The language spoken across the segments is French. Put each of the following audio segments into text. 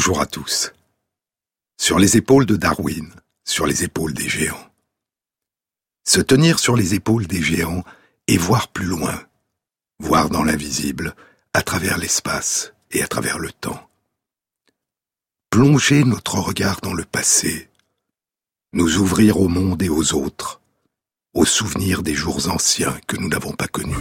Bonjour à tous. Sur les épaules de Darwin, sur les épaules des géants. Se tenir sur les épaules des géants et voir plus loin, voir dans l'invisible, à travers l'espace et à travers le temps. Plonger notre regard dans le passé, nous ouvrir au monde et aux autres, aux souvenirs des jours anciens que nous n'avons pas connus.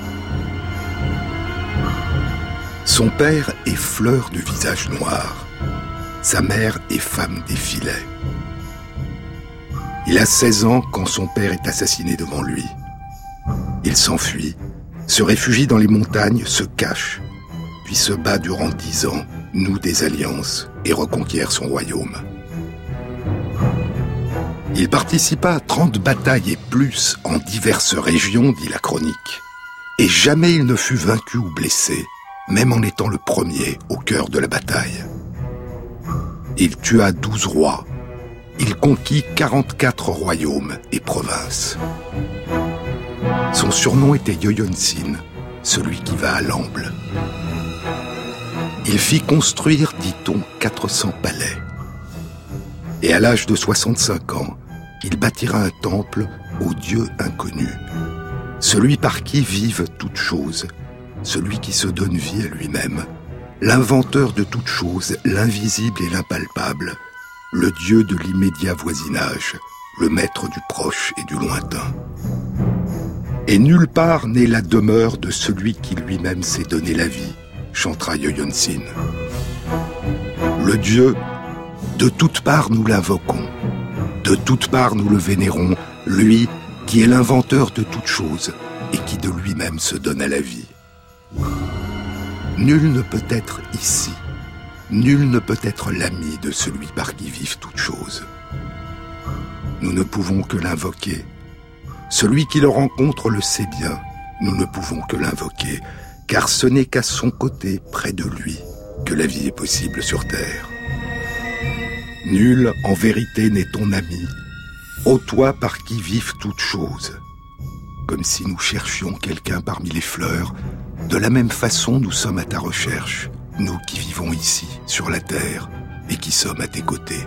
Son père est fleur de visage noir, sa mère est femme des filets. Il a 16 ans quand son père est assassiné devant lui. Il s'enfuit, se réfugie dans les montagnes, se cache, puis se bat durant 10 ans, noue des alliances et reconquiert son royaume. Il participa à 30 batailles et plus en diverses régions, dit la chronique, et jamais il ne fut vaincu ou blessé, même en étant le premier au cœur de la bataille. Il tua 12 rois, il conquit 44 royaumes et provinces. Son surnom était Yoyon-Sin, celui qui va à l'amble. Il fit construire, dit-on, 400 palais. Et à l'âge de 65 ans, il bâtira un temple au Dieu inconnu, celui par qui vivent toutes choses, celui qui se donne vie à lui-même, l'inventeur de toutes choses, l'invisible et l'impalpable, le Dieu de l'immédiat voisinage, le maître du proche et du lointain. Et nulle part n'est la demeure de celui qui lui-même s'est donné la vie, chantera Yoyon-Sin. Le Dieu, de toutes parts nous l'invoquons, de toutes parts nous le vénérons, lui qui est l'inventeur de toutes choses et qui de lui-même se donne à la vie. Nul ne peut être ici, nul ne peut être l'ami de celui par qui vivent toutes choses. Nous ne pouvons que l'invoquer. Celui qui le rencontre le sait bien, nous ne pouvons que l'invoquer, car ce n'est qu'à son côté, près de lui, que la vie est possible sur terre. Nul, en vérité, n'est ton ami, ô toi par qui vivent toutes choses. Comme si nous cherchions quelqu'un parmi les fleurs, de la même façon nous sommes à ta recherche, nous qui vivons ici, sur la terre, et qui sommes à tes côtés.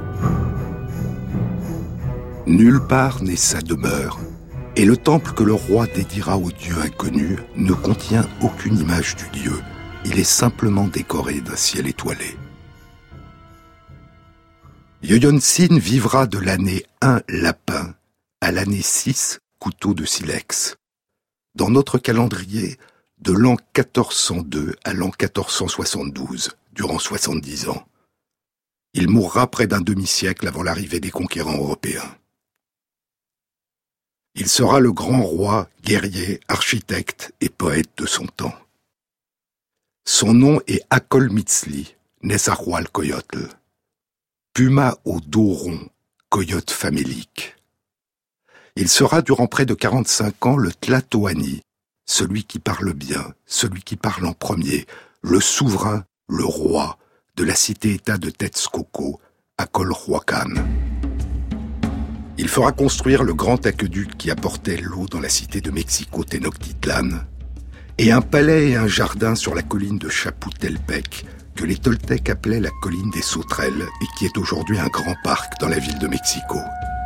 Nulle part n'est sa demeure, et le temple que le roi dédiera au Dieu inconnu ne contient aucune image du Dieu, il est simplement décoré d'un ciel étoilé. Yoyon-Sin vivra de l'année 1 lapin à l'année 6 couteau de silex. Dans notre calendrier, de l'an 1402 à l'an 1472, durant 70 ans. Il mourra près d'un demi-siècle avant l'arrivée des conquérants européens. Il sera le grand roi, guerrier, architecte et poète de son temps. Son nom est Akol-Mitzli, Nezahualcoyotl. Puma au dos rond, coyote famélique. Il sera durant près de 45 ans le Tlatoani, celui qui parle bien, celui qui parle en premier, le souverain, le roi de la cité-État de Texcoco, Acolhuacan. Il fera construire le grand aqueduc qui apportait l'eau dans la cité de Mexico Tenochtitlan, et un palais et un jardin sur la colline de Chapultepec, que les Toltecs appelaient la colline des sauterelles et qui est aujourd'hui un grand parc dans la ville de Mexico.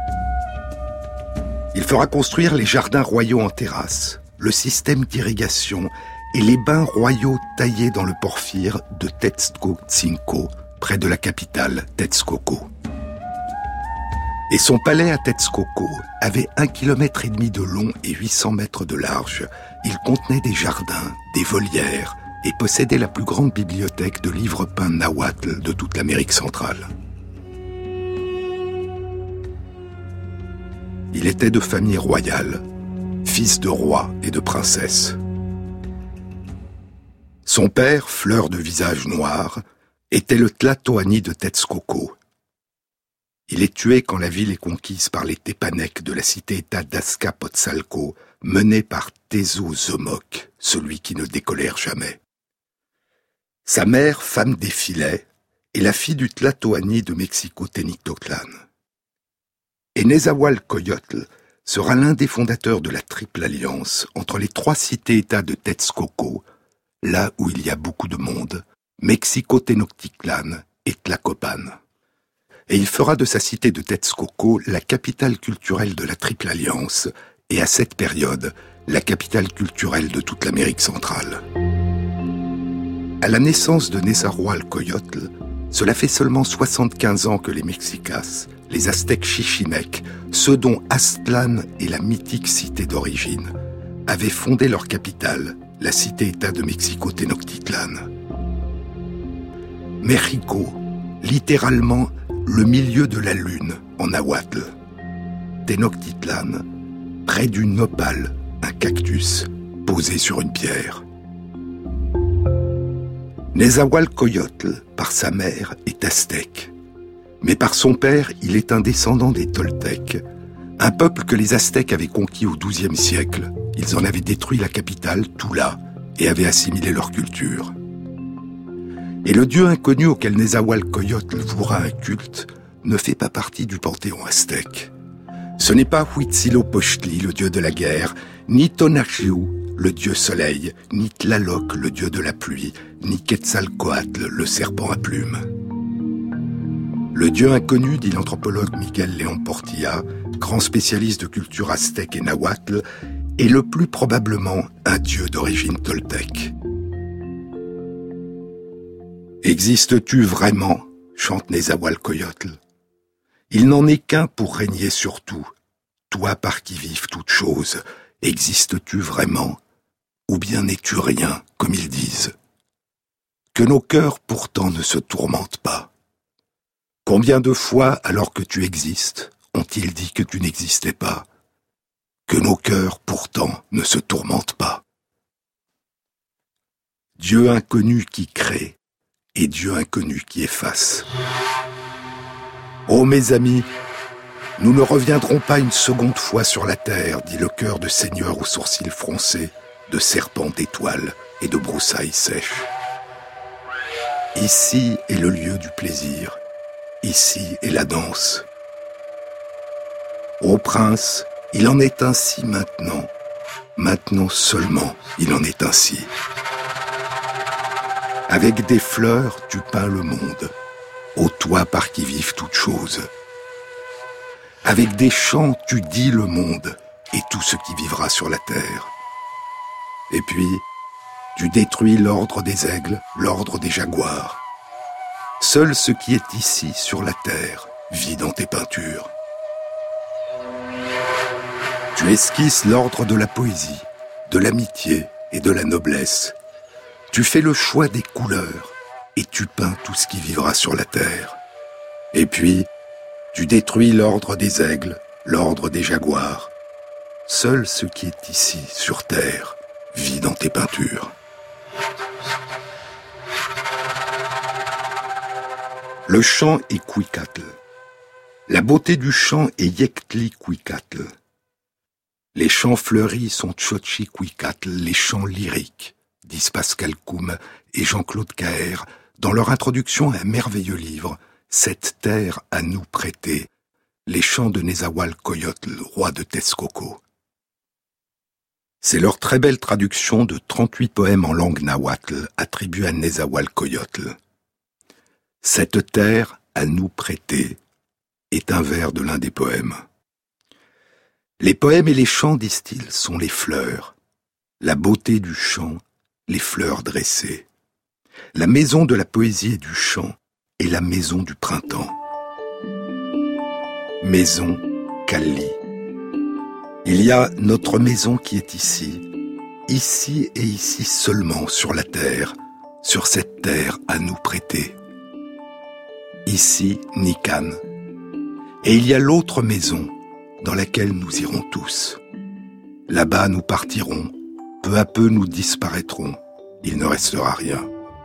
Il fera construire les jardins royaux en terrasse, le système d'irrigation et les bains royaux taillés dans le porphyre de Texcoco, près de la capitale, Texcoco. Et son palais à Texcoco avait 1,5 km de long et 800 mètres de large. Il contenait des jardins, des volières et possédait la plus grande bibliothèque de livres peints nahuatl de toute l'Amérique centrale. Il était de famille royale, fils de roi et de princesse. Son père, fleur de visage noir, était le Tlatoani de Texcoco. Il est tué quand la ville est conquise par les Tépanèques de la cité-État d'Azcapotzalco, menée par Tezozomoc, celui qui ne décolère jamais. Sa mère, femme des filets, est la fille du Tlatoani de Mexico Tenochtitlan. Et Nezahualcoyotl sera l'un des fondateurs de la Triple Alliance entre les 3 cités-États de Texcoco, là où il y a beaucoup de monde, Mexico Tenochtitlan et Tlacopan. Et il fera de sa cité de Texcoco la capitale culturelle de la Triple Alliance, et à cette période, la capitale culturelle de toute l'Amérique centrale. À la naissance de Nezahualcóyotl, cela fait seulement 75 ans que les Mexicas, les Aztèques chichimeques, ceux dont Aztlán est la mythique cité d'origine, avaient fondé leur capitale, la cité-État de Mexico Tenochtitlan. Mexico, littéralement le milieu de la lune en nahuatl. Tenochtitlan, près du nopal, un cactus, posé sur une pierre. Nezahualcóyotl, par sa mère, est aztèque. Mais par son père, il est un descendant des Toltecs, un peuple que les Aztèques avaient conquis au XIIe siècle. Ils en avaient détruit la capitale, Tula, et avaient assimilé leur culture. Et le dieu inconnu auquel Nezahualcóyotl vouera un culte ne fait pas partie du panthéon aztèque. Ce n'est pas Huitzilopochtli, le dieu de la guerre, ni Tonatiuh, le dieu soleil, ni Tlaloc, le dieu de la pluie, ni Quetzalcoatl, le serpent à plumes. Le dieu inconnu, dit l'anthropologue Miguel León Portilla, grand spécialiste de culture aztèque et nahuatl, est le plus probablement un dieu d'origine toltèque. Existes-tu vraiment ? Chante Nezahualcóyotl. Il n'en est qu'un pour régner sur tout, toi par qui vivent toutes choses. Existes-tu vraiment ? Ou bien n'es-tu rien, comme ils disent ? Que nos cœurs pourtant ne se tourmentent pas. Combien de fois, alors que tu existes, ont-ils dit que tu n'existais pas ? Que nos cœurs pourtant ne se tourmentent pas. Dieu inconnu qui crée, et Dieu inconnu qui efface. Ô mes amis, nous ne reviendrons pas une seconde fois sur la terre, dit le cœur de seigneur aux sourcils froncés, de serpents d'étoiles et de broussailles sèches. Ici est le lieu du plaisir, ici est la danse. Ô prince, il en est ainsi maintenant, maintenant seulement il en est ainsi. Avec des fleurs, tu peins le monde, ô toi par qui vivent toutes choses. Avec des chants, tu dis le monde et tout ce qui vivra sur la terre. Et puis, tu détruis l'ordre des aigles, l'ordre des jaguars. Seul ce qui est ici, sur la terre, vit dans tes peintures. Tu esquisses l'ordre de la poésie, de l'amitié et de la noblesse. Tu fais le choix des couleurs et tu peins tout ce qui vivra sur la terre. Et puis, tu détruis l'ordre des aigles, l'ordre des jaguars. Seul ce qui est ici, sur terre, vit dans tes peintures. Le chant est Cuicatl. La beauté du chant est Yectli-Cuicatl. Les chants fleuris sont Xochicuicatl, les chants lyriques, disent Pascal Coum et Jean-Claude Caher dans leur introduction à un merveilleux livre, Cette terre à nous prêter, les chants de Nezahualcóyotl, roi de Texcoco. C'est leur très belle traduction de 38 poèmes en langue nahuatl attribués à Nezahualcóyotl. Cette terre à nous prêter est un vers de l'un des poèmes. Les poèmes et les chants, disent-ils, sont les fleurs. La beauté du chant, les fleurs dressées. La maison de la poésie et du chant est la maison du printemps. Maison, Calli. Il y a notre maison qui est ici et ici seulement sur la terre, sur cette terre à nous prêter. Ici, Nican. Et il y a l'autre maison, dans laquelle nous irons tous. Là-bas nous partirons, peu à peu nous disparaîtrons, il ne restera rien.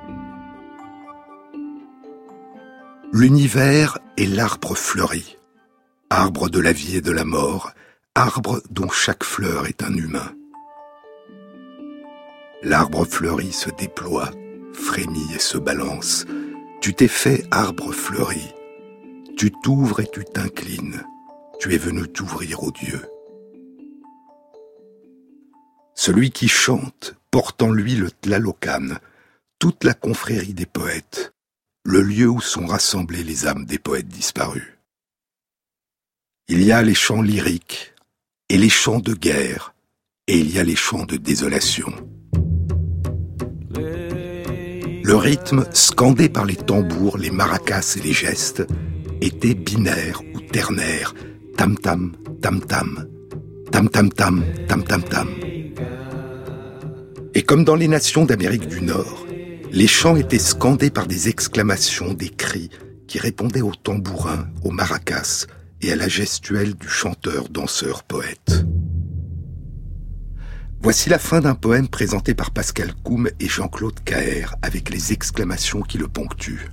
L'univers est l'arbre fleuri, arbre de la vie et de la mort, arbre dont chaque fleur est un humain. L'arbre fleuri se déploie, frémit et se balance. Tu t'es fait arbre fleuri. Tu t'ouvres et tu t'inclines. Tu es venu t'ouvrir aux dieux. Celui qui chante porte en lui le Tlalocan, toute la confrérie des poètes. le lieu où sont rassemblées les âmes des poètes disparus. Il y a les chants lyriques et les chants de guerre, et il y a les chants de désolation. Le rythme, scandé par les tambours, les maracas et les gestes, était binaire ou ternaire, tam-tam, tam-tam, tam-tam-tam, tam-tam-tam. Et comme dans les nations d'Amérique du Nord, les chants étaient scandés par des exclamations, des cris, qui répondaient aux tambourins, aux maracas et à la gestuelle du chanteur-danseur-poète. Voici la fin d'un poème présenté par Pascal Coum et Jean-Claude Caher, avec les exclamations qui le ponctuent.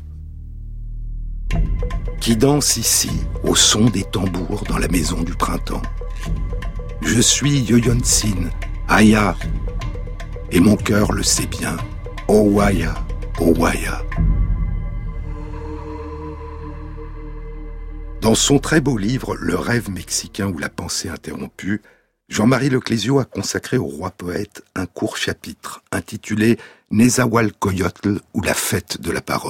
Qui danse ici, au son des tambours dans la maison du printemps? Je suis Yoyon-Sin, Aya, et mon cœur le sait bien, Owaya, Owaya. Dans son très beau livre « Le rêve mexicain ou la pensée interrompue », Jean-Marie Leclésio a consacré au roi poète un court chapitre intitulé « Nézahualcóyotl ou la fête de la parole ».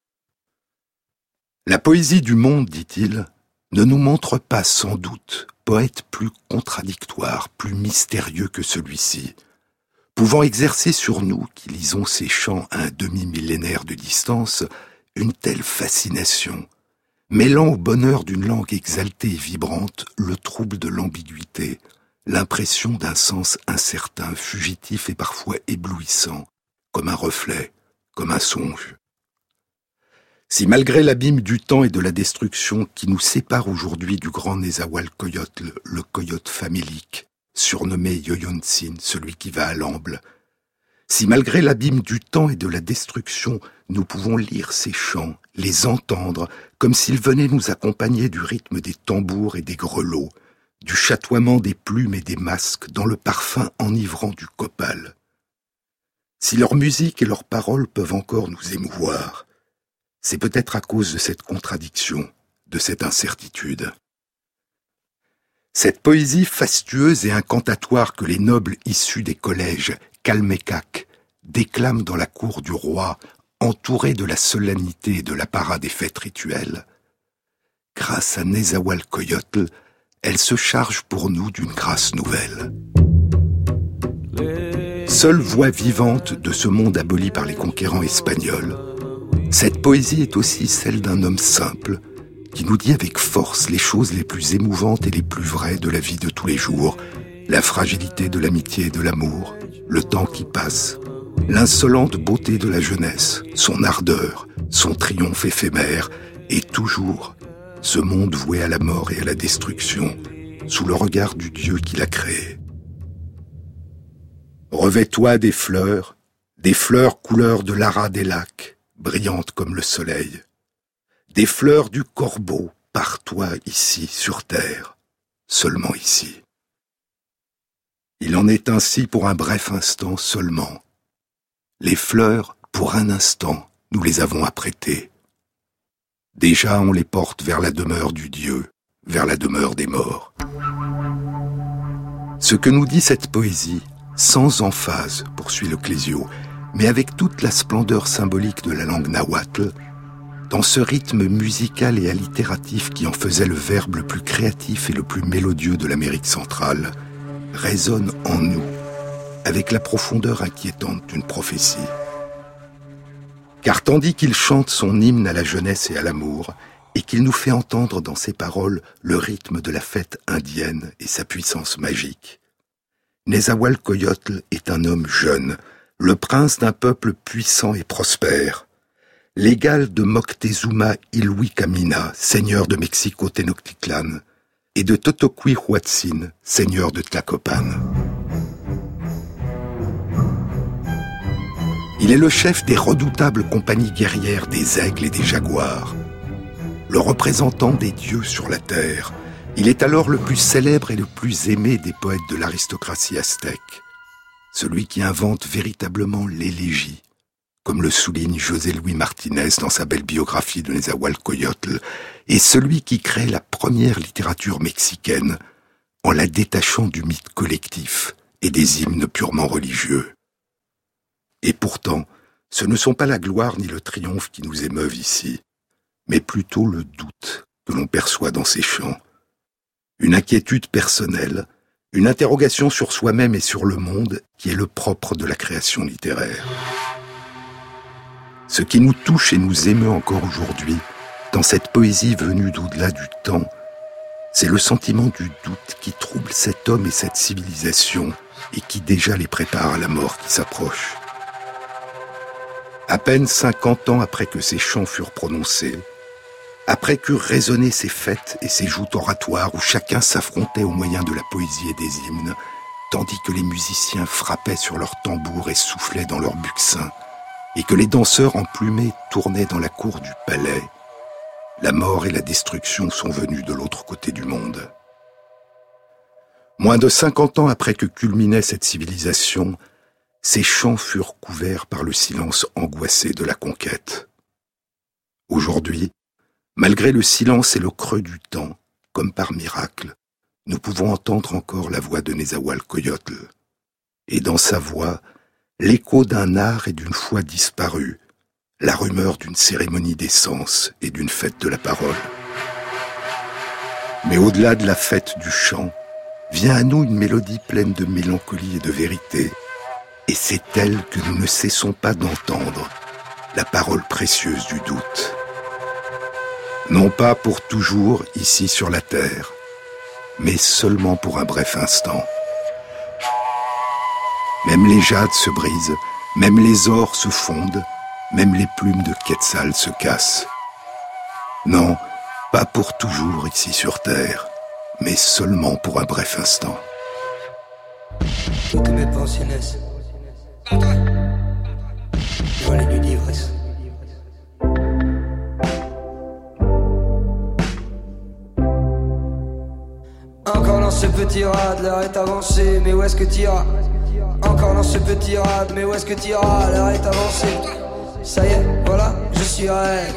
La poésie du monde, dit-il, ne nous montre pas sans doute poète plus contradictoire, plus mystérieux que celui-ci, pouvant exercer sur nous, qui lisons ces chants à un demi-millénaire de distance, une telle fascination, mêlant au bonheur d'une langue exaltée et vibrante le trouble de l'ambiguïté, l'impression d'un sens incertain, fugitif et parfois éblouissant, comme un reflet, comme un songe. Si malgré l'abîme du temps et de la destruction qui nous sépare aujourd'hui du grand Nézahualcóyotl, le coyote famélique, surnommé Yoyon-Sin, celui qui va à l'amble, si malgré l'abîme du temps et de la destruction, nous pouvons lire ces chants, les entendre, comme s'ils venaient nous accompagner du rythme des tambours et des grelots, du chatoiement des plumes et des masques dans le parfum enivrant du copal. Si leur musique et leurs paroles peuvent encore nous émouvoir, c'est peut-être à cause de cette contradiction, de cette incertitude. Cette poésie fastueuse et incantatoire que les nobles issus des collèges Calmecac déclament dans la cour du roi, entourés de la solennité et de l'apparat des fêtes rituelles, grâce à Nézahualcóyotl, elle se charge pour nous d'une grâce nouvelle. Seule voix vivante de ce monde aboli par les conquérants espagnols, cette poésie est aussi celle d'un homme simple qui nous dit avec force les choses les plus émouvantes et les plus vraies de la vie de tous les jours, la fragilité de l'amitié et de l'amour, le temps qui passe, l'insolente beauté de la jeunesse, son ardeur, son triomphe éphémère, et toujours ce monde voué à la mort et à la destruction, sous le regard du Dieu qui l'a créé. Revêt-toi des fleurs couleur de l'ara des lacs, brillantes comme le soleil, des fleurs du corbeau, par toi ici sur terre, seulement ici. Il en est ainsi pour un bref instant seulement. Les fleurs, pour un instant, nous les avons apprêtées. Déjà on les porte vers la demeure du Dieu, vers la demeure des morts. Ce que nous dit cette poésie, sans emphase, poursuit Leclésio, mais avec toute la splendeur symbolique de la langue nahuatl, dans ce rythme musical et allitératif qui en faisait le verbe le plus créatif et le plus mélodieux de l'Amérique centrale, résonne en nous, avec la profondeur inquiétante d'une prophétie. Car tandis qu'il chante son hymne à la jeunesse et à l'amour, et qu'il nous fait entendre dans ses paroles le rythme de la fête indienne et sa puissance magique, Nézahualcóyotl est un homme jeune, le prince d'un peuple puissant et prospère, l'égal de Moctezuma Ilhuicamina, seigneur de Mexico Tenochtitlan, et de Totoquihuatzin, seigneur de Tlacopan. Il est le chef des redoutables compagnies guerrières des aigles et des jaguars, le représentant des dieux sur la terre. Il est alors le plus célèbre et le plus aimé des poètes de l'aristocratie aztèque, celui qui invente véritablement l'élégie, comme le souligne José Luis Martinez dans sa belle biographie de Nézahualcóyotl, et celui qui crée la première littérature mexicaine en la détachant du mythe collectif et des hymnes purement religieux. Et pourtant, Ce ne sont pas la gloire ni le triomphe qui nous émeuvent ici, mais plutôt le doute que l'on perçoit dans ces chants. Une inquiétude personnelle, une interrogation sur soi-même et sur le monde qui est le propre de la création littéraire. Ce qui nous touche et nous émeut encore aujourd'hui, dans cette poésie venue d'au-delà du temps, c'est le sentiment du doute qui trouble cet homme et cette civilisation et qui déjà les prépare à la mort qui s'approche. À peine 50 ans après que ces chants furent prononcés, après qu'eurent résonné ces fêtes et ces joutes oratoires où chacun s'affrontait au moyen de la poésie et des hymnes, tandis que les musiciens frappaient sur leurs tambours et soufflaient dans leurs buccins, et que les danseurs emplumés tournaient dans la cour du palais, la mort et la destruction sont venus de l'autre côté du monde. Moins de 50 ans après que culminait cette civilisation, ces chants furent couverts par le silence angoissé de la conquête. Aujourd'hui, malgré le silence et le creux du temps, comme par miracle, nous pouvons entendre encore la voix de Nézahualcóyotl. Et dans sa voix, l'écho d'un art et d'une foi disparus, la rumeur d'une cérémonie d'essence et d'une fête de la parole. Mais au-delà de la fête du chant, vient à nous une mélodie pleine de mélancolie et de vérité, et c'est elle que nous ne cessons pas d'entendre, la parole précieuse du doute. Non pas pour toujours ici sur la terre, mais seulement pour un bref instant. Même les jades se brisent, même les ors se fondent, même les plumes de Quetzal se cassent. Non, pas pour toujours ici sur terre, mais seulement pour un bref instant. Toutes mes pensées naissent dans les nuits d'ivresse. Encore dans ce petit rad, l'heure est avancée, mais où est-ce que t'iras? Encore dans ce petit rad, mais où est-ce que t'iras? L'heure est avancée. Ça y est, voilà, je suis raide.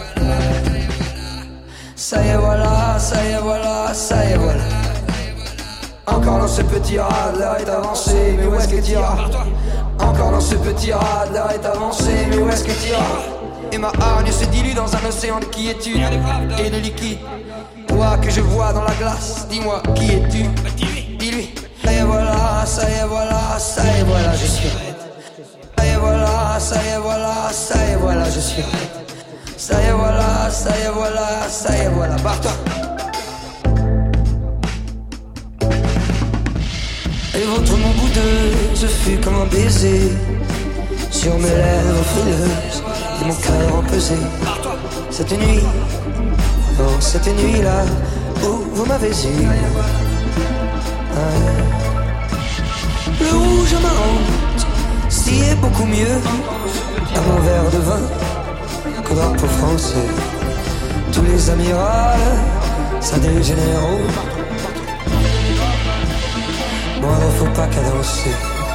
Ça y est, voilà, ça y est, voilà, ça y est, voilà. Encore dans ce petit rad, l'heure est avancée, mais où est-ce que t'iras? Encore dans ce petit rad, l'heure est avancée, mais où est-ce que t'iras? Et ma hargne se dilue dans un océan de quiétude et de liquide. Toi que je vois dans la glace, dis-moi qui es-tu? Dis-lui. Ça y est, voilà, ça y est, voilà, ça y est, voilà, je suis raide. Ça y est, voilà, ça y est, voilà, ça y est, voilà, je suis raide. Ça y est, voilà, ça y est, voilà, ça y est, voilà, barre-toi. Et votre mon boudeux, ce fut comme un baiser sur mes lèvres frileuses et mon cœur empesé. Cette nuit, oh, cette nuit-là où vous m'avez eu. Le rouge à ma honte, s'y est beaucoup mieux. À mon verre de vin, qu'au drapeau français. Tous les amirals, ça des généraux. Moi, il faut pas cadencer.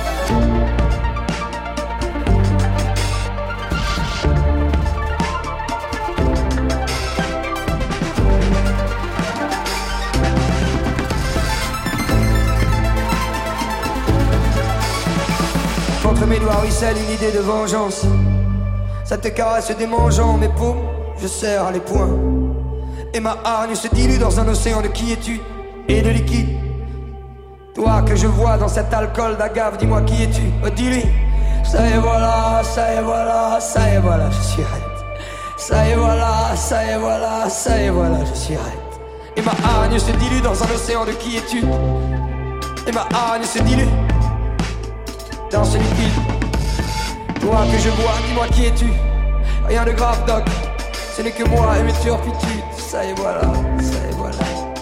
Contre mes doigts ruisselle une idée de vengeance. Ça te caresse démangeant mes paumes, je serre les poings. Et ma hargne se dilue dans un océan de quiétude et de liquide. Toi que je vois dans cet alcool d'agave, dis-moi qui es-tu? Oh, dis-lui. Ça y est voilà, ça y est voilà, ça y est voilà, je suis raide. Ça y est voilà, ça y est voilà, ça y est voilà, je suis raide. Et ma hargne se dilue dans un océan de quiétude. Et ma hargne se dilue dans ce liquide. Toi que je vois, dis-moi qui es-tu? Rien de grave, doc, ce n'est que moi et mes turpitudes. Ça y est voilà, ça y est voilà.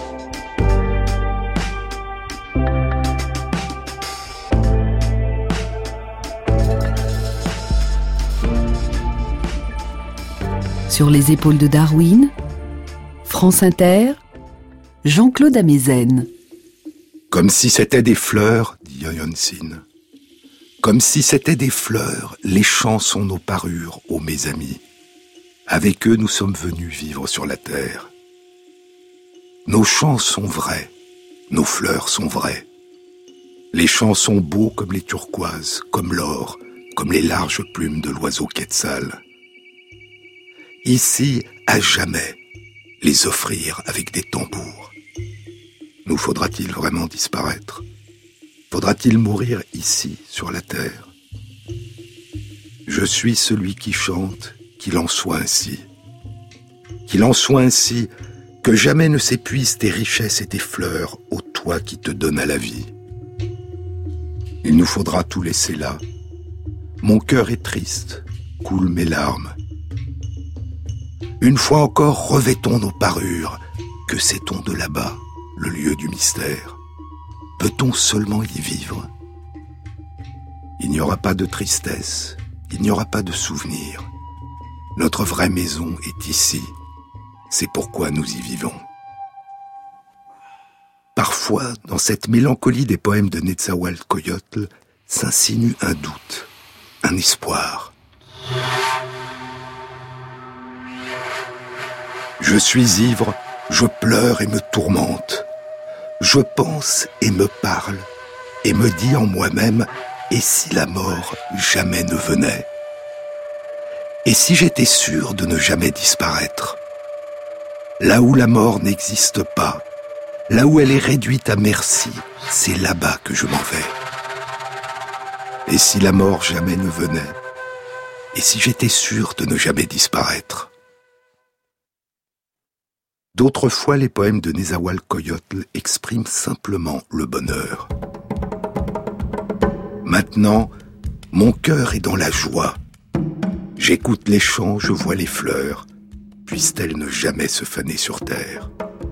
Sur les épaules de Darwin, France Inter, Jean-Claude Amezen. Comme si c'était des fleurs, dit Yo-Yon Sin. Comme si c'était des fleurs, les chants sont nos parures, ô mes amis. Avec eux, nous sommes venus vivre sur la terre. Nos chants sont vrais, nos fleurs sont vraies. Les chants sont beaux comme les turquoises, comme l'or, comme les larges plumes de l'oiseau quetzal. Ici, à jamais, les offrir avec des tambours. Nous faudra-t-il vraiment disparaître? Faudra-t-il mourir ici, sur la terre? Je suis celui qui chante, qu'il en soit ainsi. Qu'il en soit ainsi, que jamais ne s'épuisent tes richesses et tes fleurs, ô toi qui te donnes à la vie. Il nous faudra tout laisser là. Mon cœur est triste, coulent mes larmes. Une fois encore, revêtons nos parures. Que sait-on de là-bas, le lieu du mystère? Peut-on seulement y vivre? Il n'y aura pas de tristesse, il n'y aura pas de souvenir. Notre vraie maison est ici. C'est pourquoi nous y vivons. Parfois, dans cette mélancolie des poèmes de Netzahualcoyotl, s'insinue un doute, un espoir. Je suis ivre, je pleure et me tourmente. Je pense et me parle, et me dis en moi-même, et si la mort jamais ne venait? Et si j'étais sûr de ne jamais disparaître? Là où la mort n'existe pas, là où elle est réduite à merci, c'est là-bas que je m'en vais. Et si la mort jamais ne venait? Et si j'étais sûr de ne jamais disparaître? D'autres fois, les poèmes de Netzahualcoyotl expriment simplement le bonheur. Maintenant, mon cœur est dans la joie. J'écoute les chants, je vois les fleurs, puissent-elles ne jamais se faner sur terre.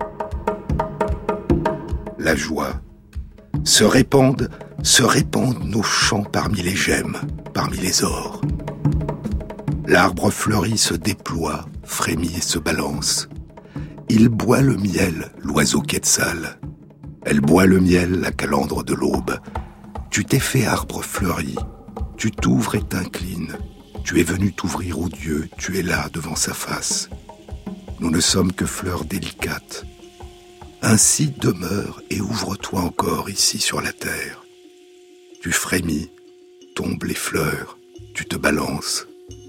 La joie, se répandent nos chants parmi les gemmes, parmi les ors. L'arbre fleuri se déploie, frémit et se balance. Il boit le miel, l'oiseau quetzal. Elle boit le miel, la calandre de l'aube. Tu t'es fait arbre fleuri, tu t'ouvres et t'inclines. Tu es venu t'ouvrir au Dieu, tu es là devant sa face. Nous ne sommes que fleurs délicates. Ainsi demeure et ouvre-toi encore ici sur la terre. Tu frémis, tombent les fleurs, tu te balances.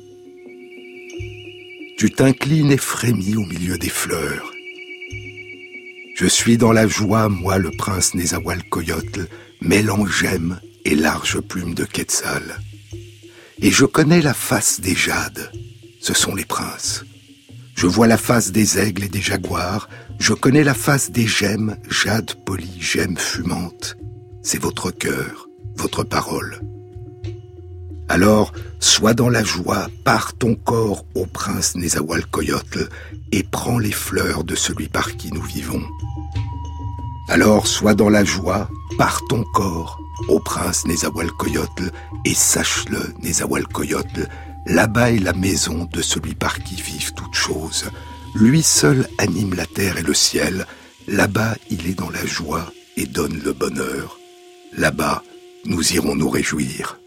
Tu t'inclines et frémis au milieu des fleurs. Je suis dans la joie, moi le prince Netzahualcoyotl, mêlant gemmes et larges plumes de quetzal. Et je connais la face des jades, ce sont les princes. Je vois la face des aigles et des jaguars, je connais la face des gemmes, jades polies, gemmes fumantes. C'est votre cœur, votre parole. Alors, sois dans la joie, pars ton corps au prince Netzahualcoyotl et prends les fleurs de celui par qui nous vivons. Alors, sois dans la joie, pars ton corps au prince Netzahualcoyotl et sache-le, Netzahualcoyotl, là-bas est la maison de celui par qui vivent toutes choses. Lui seul anime la terre et le ciel. Là-bas, il est dans la joie et donne le bonheur. Là-bas, nous irons nous réjouir.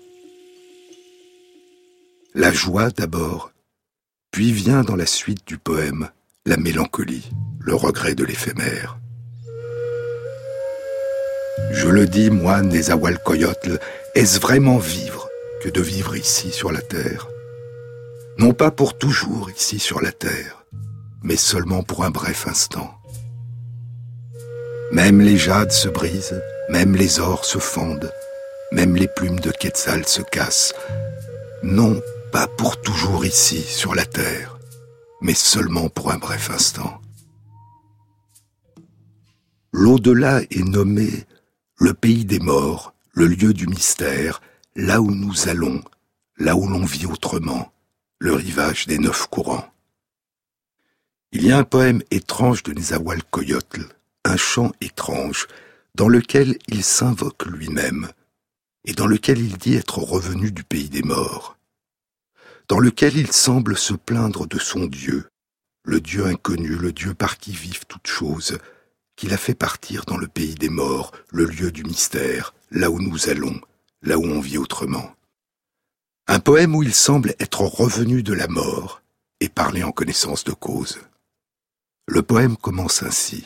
La joie d'abord, puis vient dans la suite du poème la mélancolie, le regret de l'éphémère. Je le dis, moi, Netzahualcoyotl, est-ce vraiment vivre que de vivre ici sur la terre? Non pas pour toujours ici sur la terre, mais seulement pour un bref instant. Même les jades se brisent, même les ors se fondent, même les plumes de quetzal se cassent. Non, pas pour toujours ici sur la terre, mais seulement pour un bref instant. L'au-delà est nommé le pays des morts, le lieu du mystère, là où nous allons, là où l'on vit autrement, le rivage des 9 courants. Il y a un poème étrange de Netzahualcoyotl, un chant étrange, dans lequel il s'invoque lui-même, et dans lequel il dit être revenu du pays des morts, dans lequel il semble se plaindre de son Dieu, le Dieu inconnu, le Dieu par qui vivent toutes choses, qu'il a fait partir dans le pays des morts, le lieu du mystère, là où nous allons, là où on vit autrement. Un poème où il semble être revenu de la mort et parler en connaissance de cause. Le poème commence ainsi.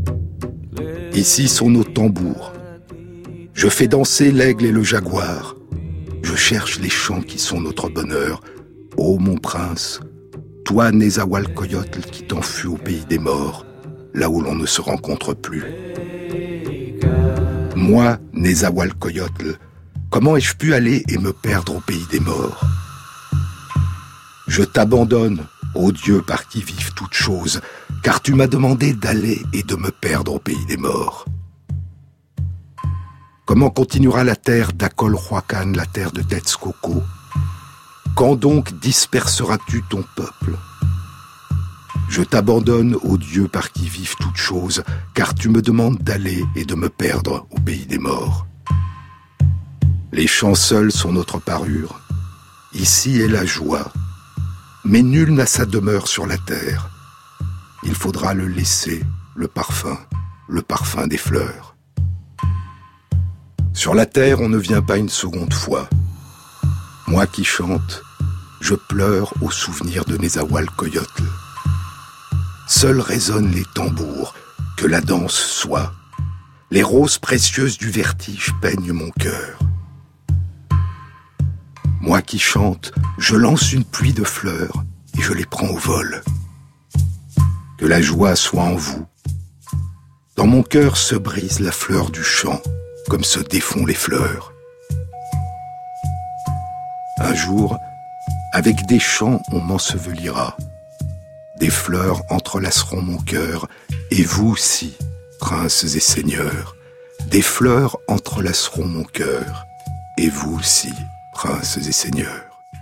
Ici sont nos tambours. Je fais danser l'aigle et le jaguar. Je cherche les chants qui sont notre bonheur. Ô mon prince, toi, Nézahualcoyotl, qui t'enfuis au pays des morts, là où l'on ne se rencontre plus. Moi, Nézahualcoyotl, comment ai-je pu aller et me perdre au pays des morts? Je t'abandonne, ô Dieu par qui vivent toutes choses, car tu m'as demandé d'aller et de me perdre au pays des morts. Comment continuera la terre d'Akol-Huacan, la terre de Texcoco? Quand donc disperseras-tu ton peuple? Je t'abandonne, ô Dieu par qui vivent toutes choses, car tu me demandes d'aller et de me perdre au pays des morts. Les chants seuls sont notre parure. Ici est la joie. Mais nul n'a sa demeure sur la terre. Il faudra le laisser, le parfum des fleurs. Sur la terre, on ne vient pas une seconde fois. Moi qui chante, je pleure au souvenir de Nézahualcoyotl. Seuls résonnent les tambours, que la danse soit. Les roses précieuses du vertige peignent mon cœur. Moi qui chante, je lance une pluie de fleurs et je les prends au vol. Que la joie soit en vous. Dans mon cœur se brise la fleur du chant, comme se défont les fleurs. Un jour, avec des chants, on m'ensevelira. Des fleurs entrelaceront mon cœur, et vous aussi, princes et seigneurs. Des fleurs entrelaceront mon cœur, et vous aussi, princes et seigneurs.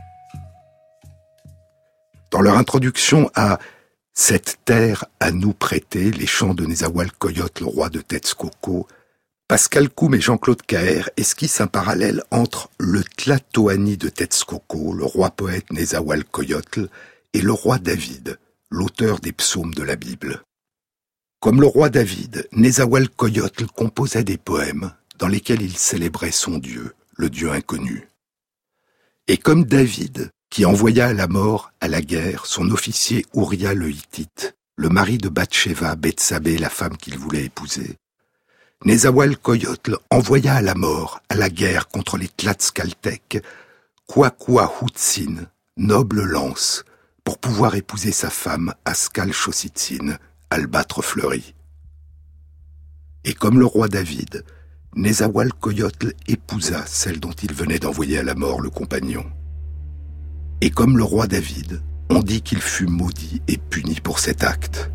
Dans leur introduction à « Cette terre à nous prêter », les chants de Nézahualcoyotl, roi de Texcoco, Pascal Koum et Jean-Claude Caher esquissent un parallèle entre le Tlatoani de Texcoco, le roi poète Nézahualcoyotl, et le roi David, l'auteur des psaumes de la Bible. Comme le roi David, Nézahualcoyotl composait des poèmes dans lesquels il célébrait son Dieu, le Dieu inconnu. Et comme David, qui envoya à la mort, à la guerre, son officier Ouria le Hittite, le mari de Bathsheba, Bethsabée, la femme qu'il voulait épouser, Nézahualcoyotl envoya à la mort, à la guerre contre les Tlaxcaltèques, Cuacuahutzin, noble lance, pour pouvoir épouser sa femme Ascalchozitzin, albâtre fleuri. Et comme le roi David, Nézahualcoyotl épousa celle dont il venait d'envoyer à la mort le compagnon. Et comme le roi David, on dit qu'il fut maudit et puni pour cet acte.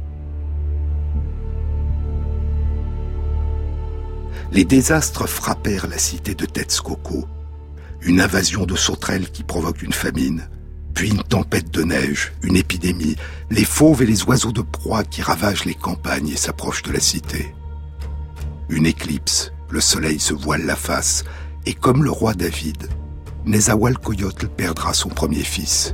Les désastres frappèrent la cité de Texcoco. Une invasion de sauterelles qui provoque une famine, puis une tempête de neige, une épidémie, les fauves et les oiseaux de proie qui ravagent les campagnes et s'approchent de la cité. Une éclipse, le soleil se voile la face, et comme le roi David, Nézahualcoyotl perdra son premier fils.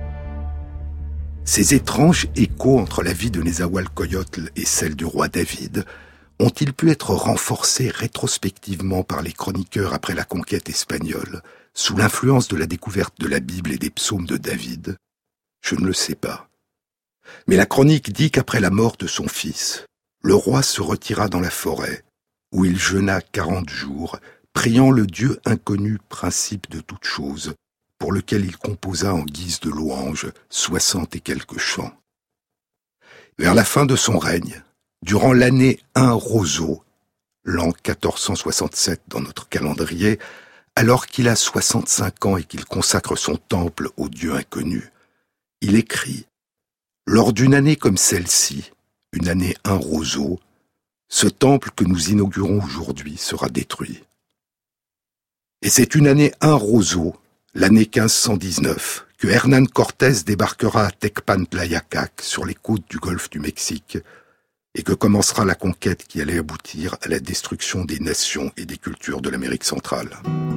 Ces étranges échos entre la vie de Nézahualcoyotl et celle du roi David ont-ils pu être renforcés rétrospectivement par les chroniqueurs après la conquête espagnole, sous l'influence de la découverte de la Bible et des psaumes de David? Je ne le sais pas. Mais la chronique dit qu'après la mort de son fils, le roi se retira dans la forêt, où il jeûna 40 jours, priant le Dieu inconnu principe de toutes choses, pour lequel il composa en guise de louange 60 et quelques chants. Vers la fin de son règne, durant l'année 1 Roseau, l'an 1467 dans notre calendrier, alors qu'il a 65 ans et qu'il consacre son temple au Dieu inconnu, il écrit « Lors d'une année comme celle-ci, une année 1 Roseau, ce temple que nous inaugurons aujourd'hui sera détruit. Et c'est une année 1 Roseau, l'année 1519, que Hernán Cortés débarquera à Tecpantlayacac, sur les côtes du golfe du Mexique, et que commencera la conquête qui allait aboutir à la destruction des nations et des cultures de l'Amérique centrale.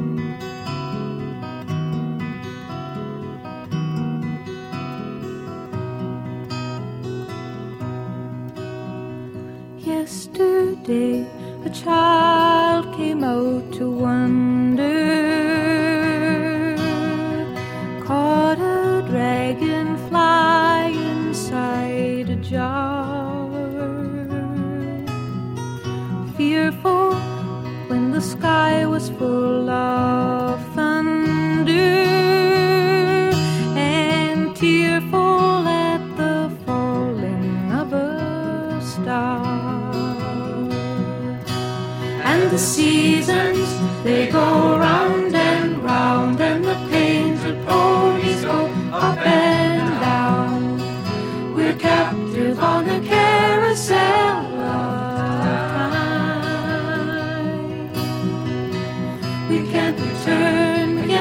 Yesterday, a child came out to wander, caught a dragonfly inside a jar. Fearful when the sky was full of thunder,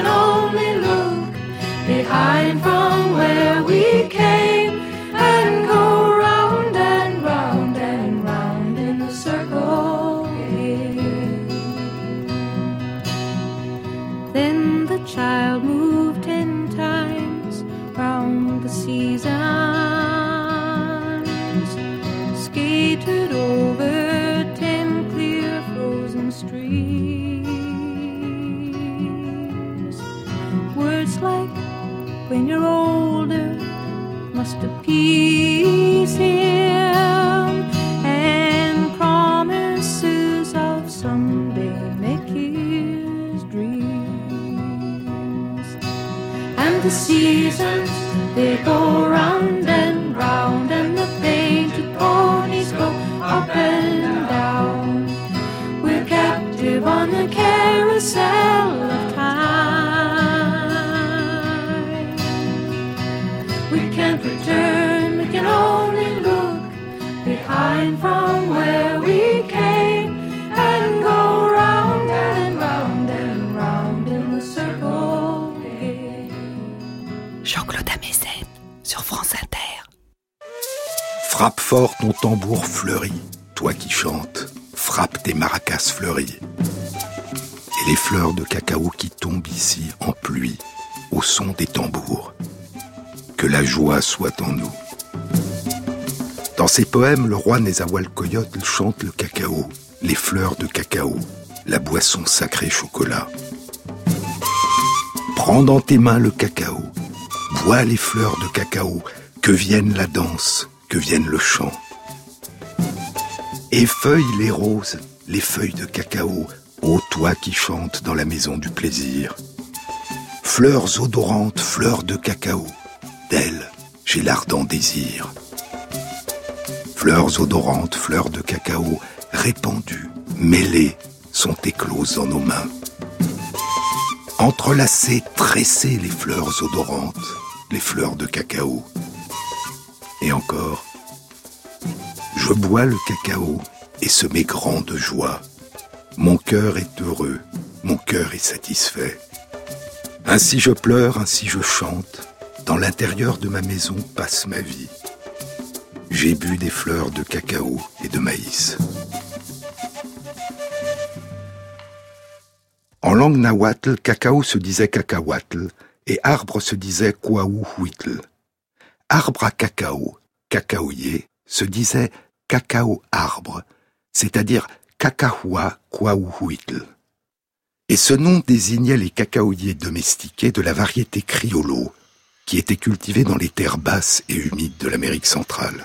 can only look behind from where we came and go round and round and round in a circle again. Then the child moved 10 times round the seasons, skated over 10 clear frozen streams. Words like when you're older must appease him, and promises of someday make his dreams. And the seasons, they go round and round, and the painted ponies go up and down. We're captive on the carousel of time. We can't return, we can only look behind from where we came and go round and round and round in the circle again. Jean-Claude Amezen sur France Inter. Frappe fort ton tambour fleuri, toi qui chantes, frappe tes maracas fleuris. Et les fleurs de cacao qui tombent ici en pluie, au son des tambours. Que la joie soit en nous. Dans ses poèmes, le roi Nezahualcóyotl chante le cacao, les fleurs de cacao, la boisson sacrée chocolat. Prends dans tes mains le cacao, bois les fleurs de cacao, que vienne la danse, que vienne le chant. Effeuille les roses, les feuilles de cacao, ô toi qui chantes dans la maison du plaisir. Fleurs odorantes, fleurs de cacao, d'elles j'ai l'ardent désir. Fleurs odorantes, fleurs de cacao, répandues, mêlées, sont écloses dans nos mains. Entrelacées, tressées les fleurs odorantes, les fleurs de cacao. Et encore, je bois le cacao et se met grand de joie. Mon cœur est heureux, mon cœur est satisfait. Ainsi je pleure, ainsi je chante, dans l'intérieur de ma maison passe ma vie. J'ai bu des fleurs de cacao et de maïs. En langue nahuatl, cacao se disait cacahuatl et arbre se disait cuahuitl. Arbre à cacao, cacaoyer, se disait cacao-arbre, c'est-à-dire cacahua cuahuitl. Et ce nom désignait les cacaoyers domestiqués de la variété criollo, qui était cultivée dans les terres basses et humides de l'Amérique centrale.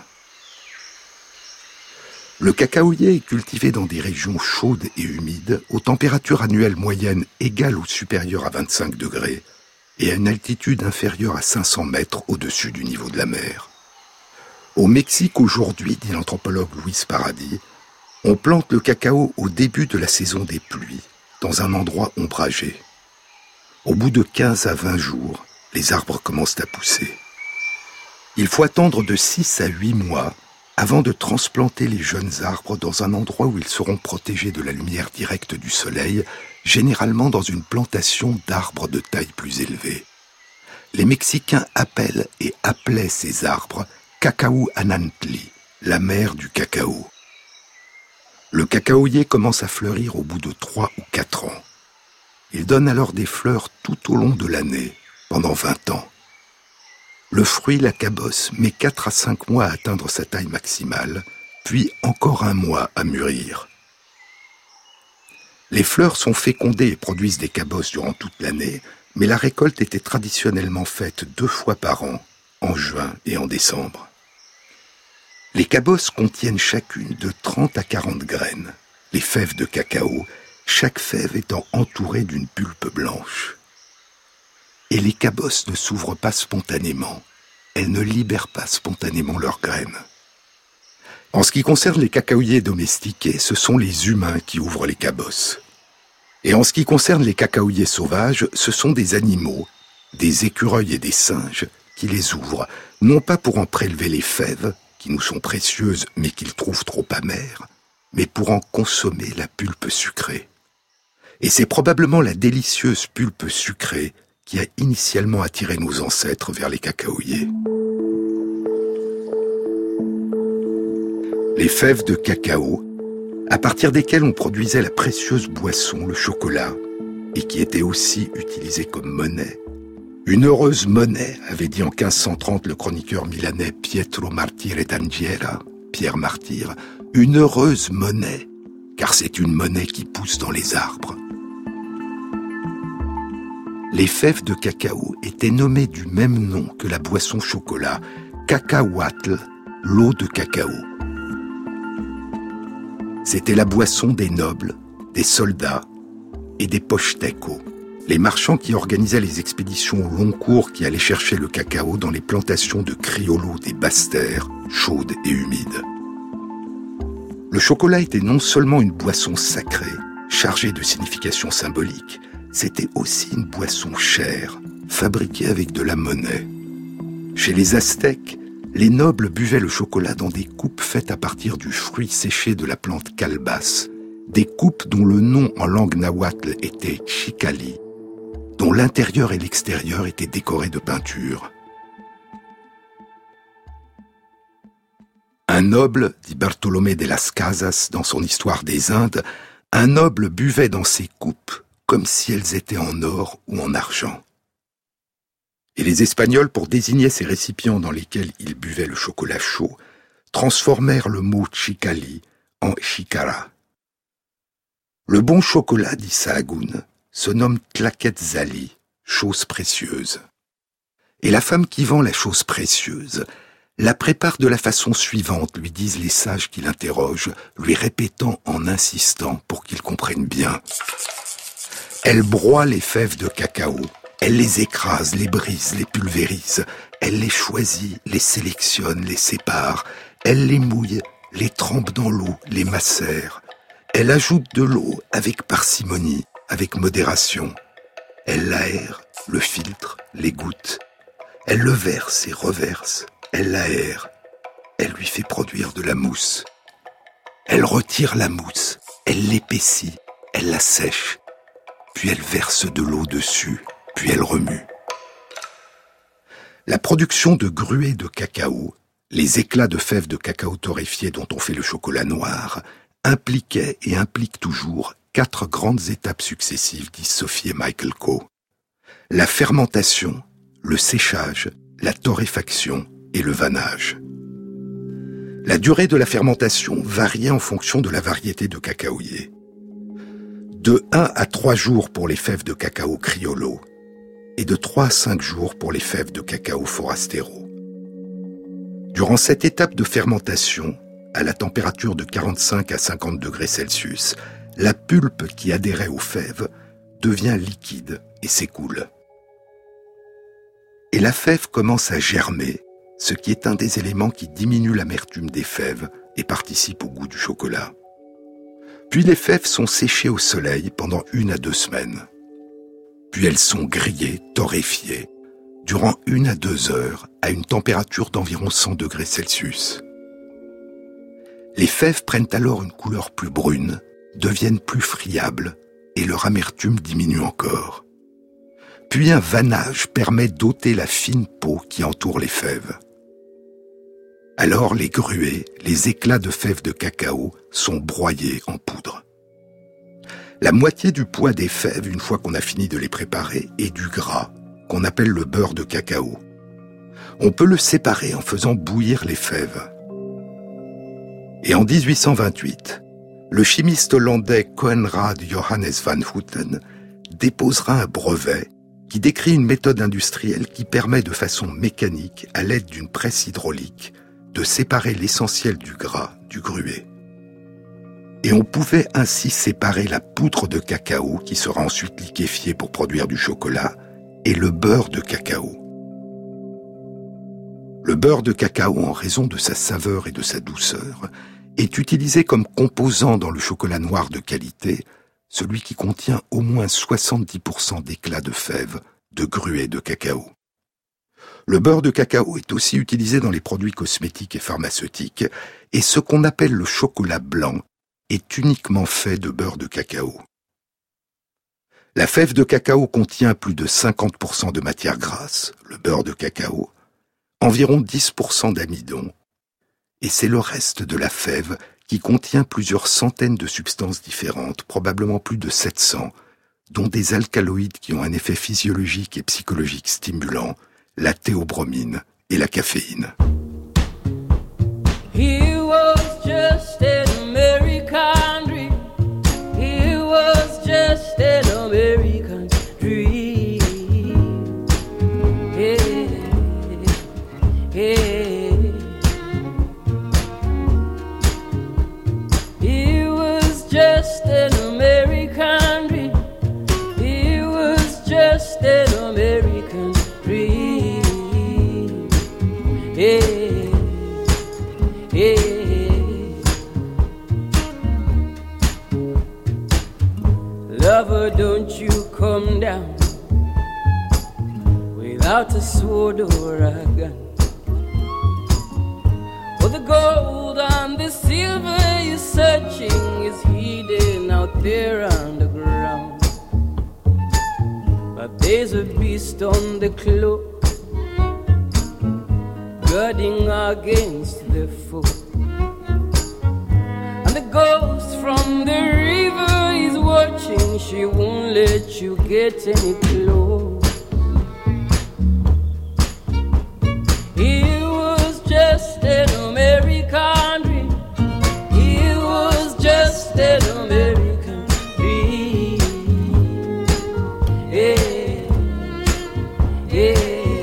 Le cacaoyer est cultivé dans des régions chaudes et humides, aux températures annuelles moyennes égales ou supérieures à 25 degrés, et à une altitude inférieure à 500 mètres au-dessus du niveau de la mer. Au Mexique aujourd'hui, dit l'anthropologue Luis Paradis, on plante le cacao au début de la saison des pluies, dans un endroit ombragé. Au bout de 15 à 20 jours, les arbres commencent à pousser. Il faut attendre de 6 à 8 mois avant de transplanter les jeunes arbres dans un endroit où ils seront protégés de la lumière directe du soleil, généralement dans une plantation d'arbres de taille plus élevée. Les Mexicains appellent et appelaient ces arbres Cacauanantli, la mère du cacao. Le cacaoyer commence à fleurir au bout de 3 ou 4 ans. Il donne alors des fleurs tout au long de l'année, pendant 20 ans. Le fruit, la cabosse, met 4 à 5 mois à atteindre sa taille maximale, puis encore 1 mois à mûrir. Les fleurs sont fécondées et produisent des cabosses durant toute l'année, mais la récolte était traditionnellement faite 2 fois par an, en juin et en décembre. Les cabosses contiennent chacune de 30 à 40 graines, les fèves de cacao, chaque fève étant entourée d'une pulpe blanche. Et les cabosses ne s'ouvrent pas spontanément, elles ne libèrent pas spontanément leurs graines. En ce qui concerne les cacaoyers domestiqués, ce sont les humains qui ouvrent les cabosses. Et en ce qui concerne les cacaoyers sauvages, ce sont des animaux, des écureuils et des singes, qui les ouvrent, non pas pour en prélever les fèves, qui nous sont précieuses mais qu'ils trouvent trop amères, mais pour en consommer la pulpe sucrée. Et c'est probablement la délicieuse pulpe sucrée qui a initialement attiré nos ancêtres vers les cacaoyers. Les fèves de cacao, à partir desquelles on produisait la précieuse boisson, le chocolat, et qui était aussi utilisée comme monnaie. Une heureuse monnaie, avait dit en 1530 le chroniqueur milanais Pietro Martire d'Angiera, Pierre Martyr, une heureuse monnaie, car c'est une monnaie qui pousse dans les arbres. Les fèves de cacao étaient nommées du même nom que la boisson chocolat, cacahuatl, l'eau de cacao. C'était la boisson des nobles, des soldats et des pochteco, les marchands qui organisaient les expéditions au long cours qui allaient chercher le cacao dans les plantations de criollo des basses terres, chaudes et humides. Le chocolat était non seulement une boisson sacrée, chargée de significations symboliques, c'était aussi une boisson chère, fabriquée avec de la monnaie. Chez les Aztèques, les nobles buvaient le chocolat dans des coupes faites à partir du fruit séché de la plante calebasse, des coupes dont le nom en langue nahuatl était chicali, dont l'intérieur et l'extérieur étaient décorés de peintures. Un noble, dit Bartolomé de las Casas dans son Histoire des Indes, un noble buvait dans ses coupes comme si elles étaient en or ou en argent. Et les Espagnols, pour désigner ces récipients dans lesquels ils buvaient le chocolat chaud, transformèrent le mot chicali en chicara. Le bon chocolat, dit Sahagún, se nomme tlaquetzali, chose précieuse. Et la femme qui vend la chose précieuse la prépare de la façon suivante, lui disent les sages qui l'interrogent, lui répétant en insistant pour qu'il comprenne bien. Elle broie les fèves de cacao, elle les écrase, les brise, les pulvérise, elle les choisit, les sélectionne, les sépare, elle les mouille, les trempe dans l'eau, les macère. Elle ajoute de l'eau avec parcimonie, avec modération. Elle l'aère, le filtre, l'égoutte. Elle le verse et reverse. Elle l'aère. Elle lui fait produire de la mousse. Elle retire la mousse. Elle l'épaissit. Elle la sèche. Puis elle verse de l'eau dessus. Puis elle remue. La production de gruets de cacao, les éclats de fèves de cacao torréfiées dont on fait le chocolat noir, impliquait et implique toujours 4 grandes étapes successives, disent Sophie et Michael Coe. La fermentation, le séchage, la torréfaction et le vannage. La durée de la fermentation variait en fonction de la variété de cacaoyer. De 1 à 3 jours pour les fèves de cacao criollo et de 3 à 5 jours pour les fèves de cacao forastero. Durant cette étape de fermentation, à la température de 45 à 50 degrés Celsius, la pulpe qui adhérait aux fèves devient liquide et s'écoule. Et la fève commence à germer, ce qui est un des éléments qui diminue l'amertume des fèves et participe au goût du chocolat. Puis les fèves sont séchées au soleil pendant 1 à 2 semaines. Puis elles sont grillées, torréfiées, durant 1 à 2 heures à une température d'environ 100 degrés Celsius. Les fèves prennent alors une couleur plus brune, deviennent plus friables et leur amertume diminue encore. Puis un vannage permet d'ôter la fine peau qui entoure les fèves. Alors les gruets, les éclats de fèves de cacao sont broyés en poudre. La moitié du poids des fèves, une fois qu'on a fini de les préparer, est du gras, qu'on appelle le beurre de cacao. On peut le séparer en faisant bouillir les fèves. Et en 1828, le chimiste hollandais Coenraad Johannes van Houten déposera un brevet qui décrit une méthode industrielle qui permet de façon mécanique, à l'aide d'une presse hydraulique, de séparer l'essentiel du gras du gruet. Et on pouvait ainsi séparer la poudre de cacao, qui sera ensuite liquéfiée pour produire du chocolat, et le beurre de cacao. Le beurre de cacao, en raison de sa saveur et de sa douceur, est utilisé comme composant dans le chocolat noir de qualité, celui qui contient au moins 70% d'éclats de fèves, de gruets de cacao. Le beurre de cacao est aussi utilisé dans les produits cosmétiques et pharmaceutiques, et ce qu'on appelle le chocolat blanc est uniquement fait de beurre de cacao. La fève de cacao contient plus de 50% de matière grasse, le beurre de cacao, environ 10% d'amidon, et c'est le reste de la fève qui contient plusieurs centaines de substances différentes, probablement plus de 700, dont des alcaloïdes qui ont un effet physiologique et psychologique stimulant, la théobromine et la caféine. He was just an American dream. He was just an American dream. Yeah, yeah. He was just an American dream. He was just an American dream. Yeah. Yeah. Lover, don't you come down without a sword or a gun. For the gold and the silver you're searching is hidden out there underground. But there's a beast on the cloak guarding against the foe. And the ghost from the river is watching. She won't let you get any close. He was just an American dream. He was just an American dream. Yeah, yeah.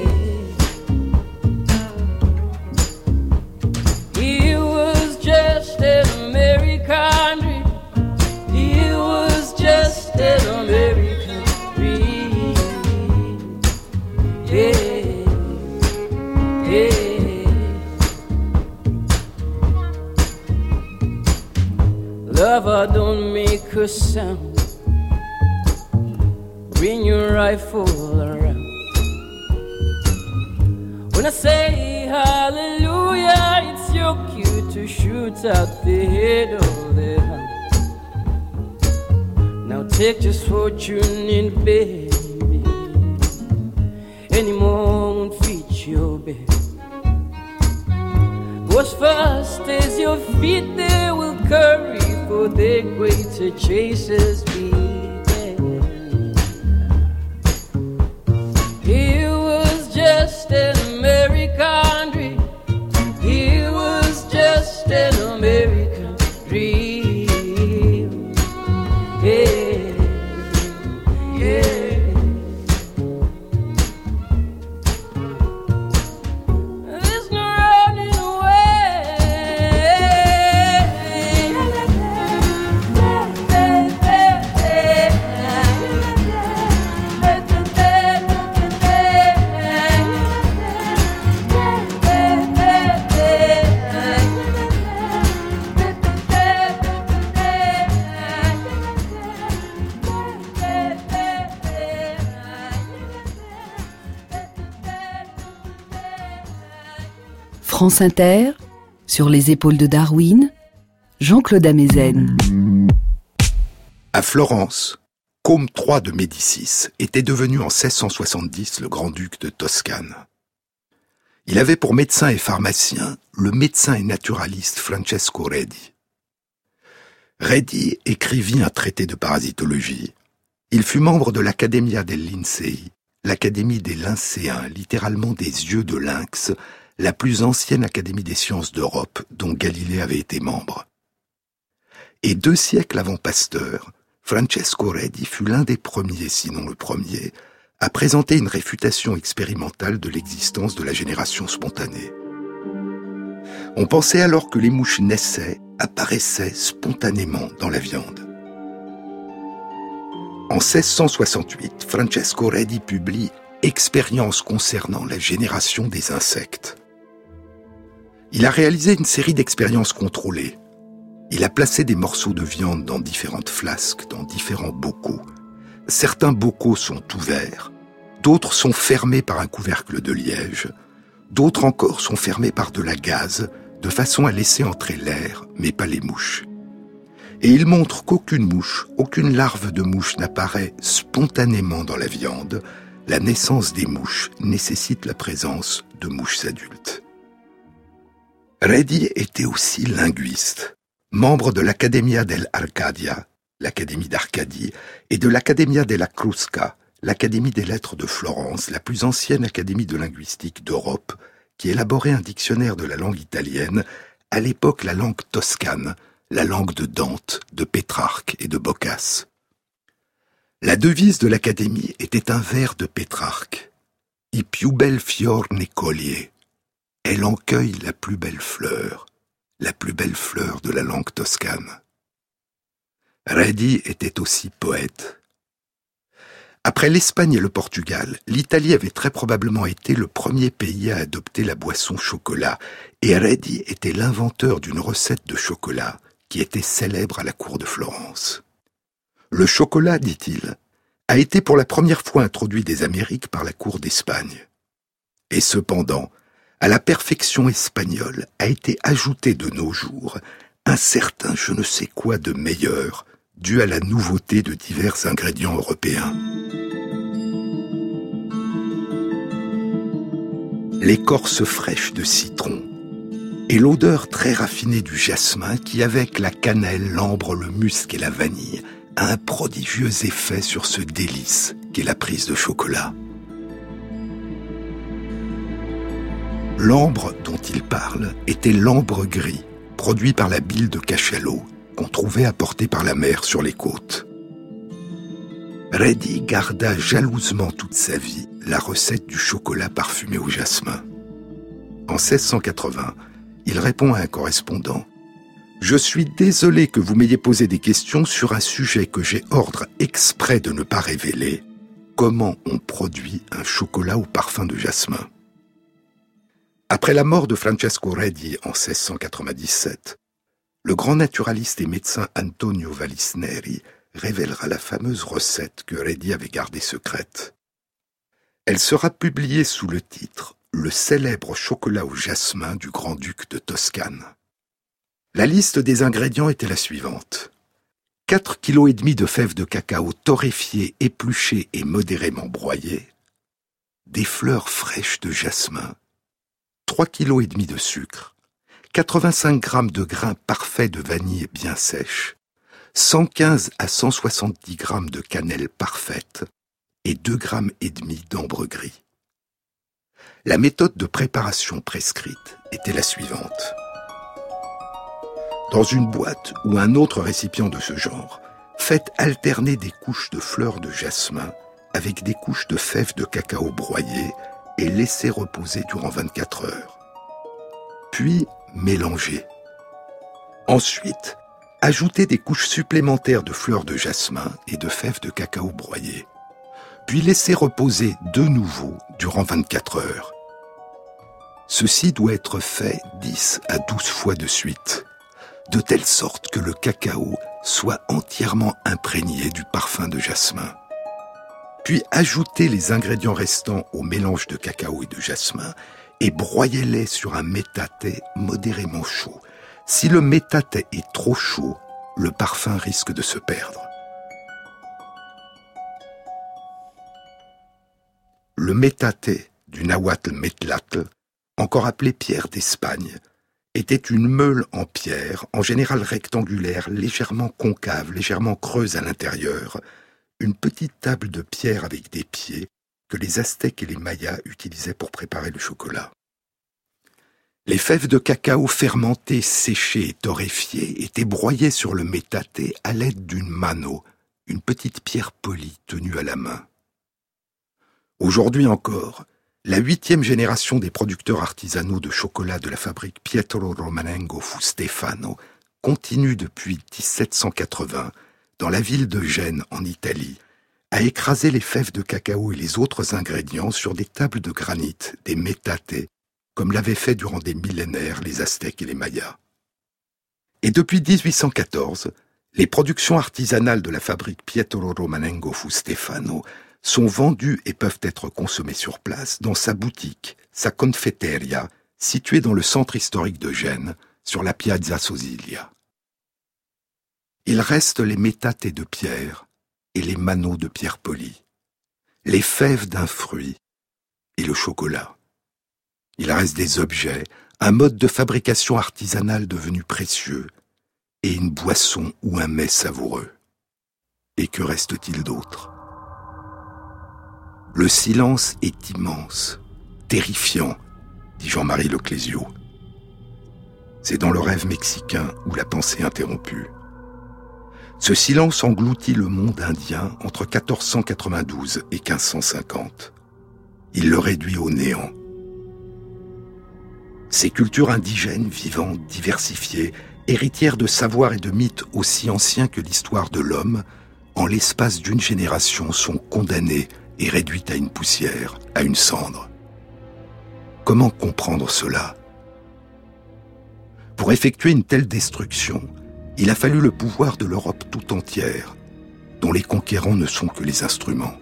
Lover, don't make a sound. Bring your rifle around. When I say hallelujah, it's your cue to shoot out the head of the hound. Now take this fortune in baby. Any more won't fit your bed. Go as fast as your feet they will carry, for the greater chasers be there. He was just an American dream. He was just an American dream. Yeah, yeah. France Inter, sur les épaules de Darwin, Jean-Claude Amezen. À Florence, Côme III de Médicis était devenu en 1670 le grand-duc de Toscane. Il avait pour médecin et pharmacien le médecin et naturaliste Francesco Redi. Redi écrivit un traité de parasitologie. Il fut membre de l'Accademia dei Lincei, l'Académie des Lyncéens, littéralement des yeux de lynx, la plus ancienne académie des sciences d'Europe dont Galilée avait été membre. Et 2 siècles avant Pasteur, Francesco Redi fut l'un des premiers, sinon le premier, à présenter une réfutation expérimentale de l'existence de la génération spontanée. On pensait alors que les mouches naissaient, apparaissaient spontanément dans la viande. En 1668, Francesco Redi publie « Expérience concernant la génération des insectes ». Il a réalisé une série d'expériences contrôlées. Il a placé des morceaux de viande dans différentes flasques, dans différents bocaux. Certains bocaux sont ouverts, d'autres sont fermés par un couvercle de liège, d'autres encore sont fermés par de la gaze, de façon à laisser entrer l'air, mais pas les mouches. Et il montre qu'aucune mouche, aucune larve de mouche n'apparaît spontanément dans la viande. La naissance des mouches nécessite la présence de mouches adultes. Redi était aussi linguiste, membre de l'Accademia dell'Arcadia, l'Académie d'Arcadie, et de l'Accademia della Crusca, l'Académie des lettres de Florence, la plus ancienne académie de linguistique d'Europe, qui élaborait un dictionnaire de la langue italienne, à l'époque la langue toscane, la langue de Dante, de Pétrarque et de Boccace. La devise de l'Académie était un vers de Pétrarque. « I più bel fior ne coglie ». Elle en cueille la plus belle fleur de la langue toscane. Redi était aussi poète. Après l'Espagne et le Portugal, l'Italie avait très probablement été le premier pays à adopter la boisson chocolat, et Redi était l'inventeur d'une recette de chocolat qui était célèbre à la cour de Florence. Le chocolat, dit-il, a été pour la première fois introduit des Amériques par la cour d'Espagne. Et cependant, à la perfection espagnole a été ajouté de nos jours un certain je ne sais quoi de meilleur, dû à la nouveauté de divers ingrédients européens. L'écorce fraîche de citron et l'odeur très raffinée du jasmin qui, avec la cannelle, l'ambre, le musc et la vanille, a un prodigieux effet sur ce délice qu'est la prise de chocolat. L'ambre dont il parle était l'ambre gris, produit par la bille de cachalot, qu'on trouvait apporté par la mer sur les côtes. Redi garda jalousement toute sa vie la recette du chocolat parfumé au jasmin. En 1680, il répond à un correspondant « Je suis désolé que vous m'ayez posé des questions sur un sujet que j'ai ordre exprès de ne pas révéler, comment on produit un chocolat au parfum de jasmin. » Après la mort de Francesco Redi en 1697, le grand naturaliste et médecin Antonio Vallisneri révélera la fameuse recette que Redi avait gardée secrète. Elle sera publiée sous le titre « Le célèbre chocolat au jasmin du grand-duc de Toscane ». La liste des ingrédients était la suivante. 4,5 kg de fèves de cacao torréfiées, épluchées et modérément broyées, des fleurs fraîches de jasmin, 3,5 kg de sucre, 85 g de grains parfaits de vanille bien sèche, 115 à 170 g de cannelle parfaite et 2,5 g d'ambre gris. La méthode de préparation prescrite était la suivante. Dans une boîte ou un autre récipient de ce genre, faites alterner des couches de fleurs de jasmin avec des couches de fèves de cacao broyées et laissez reposer durant 24 heures. Puis, mélangez. Ensuite, ajoutez des couches supplémentaires de fleurs de jasmin et de fèves de cacao broyées. Puis laissez reposer de nouveau durant 24 heures. Ceci doit être fait 10 à 12 fois de suite, de telle sorte que le cacao soit entièrement imprégné du parfum de jasmin. Puis ajoutez les ingrédients restants au mélange de cacao et de jasmin et broyez-les sur un métathé modérément chaud. Si le métathé est trop chaud, le parfum risque de se perdre. Le métathé du nahuatl metlatl, encore appelé pierre d'Espagne, était une meule en pierre, en général rectangulaire, légèrement concave, légèrement creuse à l'intérieur, une petite table de pierre avec des pieds que les Aztèques et les Mayas utilisaient pour préparer le chocolat. Les fèves de cacao fermentées, séchées et torréfiées étaient broyées sur le métathé à l'aide d'une mano, une petite pierre polie tenue à la main. Aujourd'hui encore, la 8e génération des producteurs artisanaux de chocolat de la fabrique Pietro Romanengo fu Stefano continue depuis 1780, dans la ville de Gênes, en Italie, à écraser les fèves de cacao et les autres ingrédients sur des tables de granit, des métathés, comme l'avaient fait durant des millénaires les Aztèques et les Mayas. Et depuis 1814, les productions artisanales de la fabrique Pietro Romanengo fu Stefano sont vendues et peuvent être consommées sur place dans sa boutique, sa confeiteria, située dans le centre historique de Gênes, sur la Piazza Sosilia. Il reste les métates de pierre et les manots de pierre polie, les fèves d'un fruit et le chocolat. Il reste des objets, un mode de fabrication artisanale devenu précieux, et une boisson ou un mets savoureux. Et que reste-t-il d'autre ? Le silence est immense, terrifiant, dit Jean-Marie Leclésio. C'est dans le rêve mexicain où la pensée interrompue. Ce silence engloutit le monde indien entre 1492 et 1550. Il le réduit au néant. Ces cultures indigènes, vivantes, diversifiées, héritières de savoirs et de mythes aussi anciens que l'histoire de l'homme, en l'espace d'une génération sont condamnées et réduites à une poussière, à une cendre. Comment comprendre cela ? Pour effectuer une telle destruction, il a fallu le pouvoir de l'Europe tout entière, dont les conquérants ne sont que les instruments.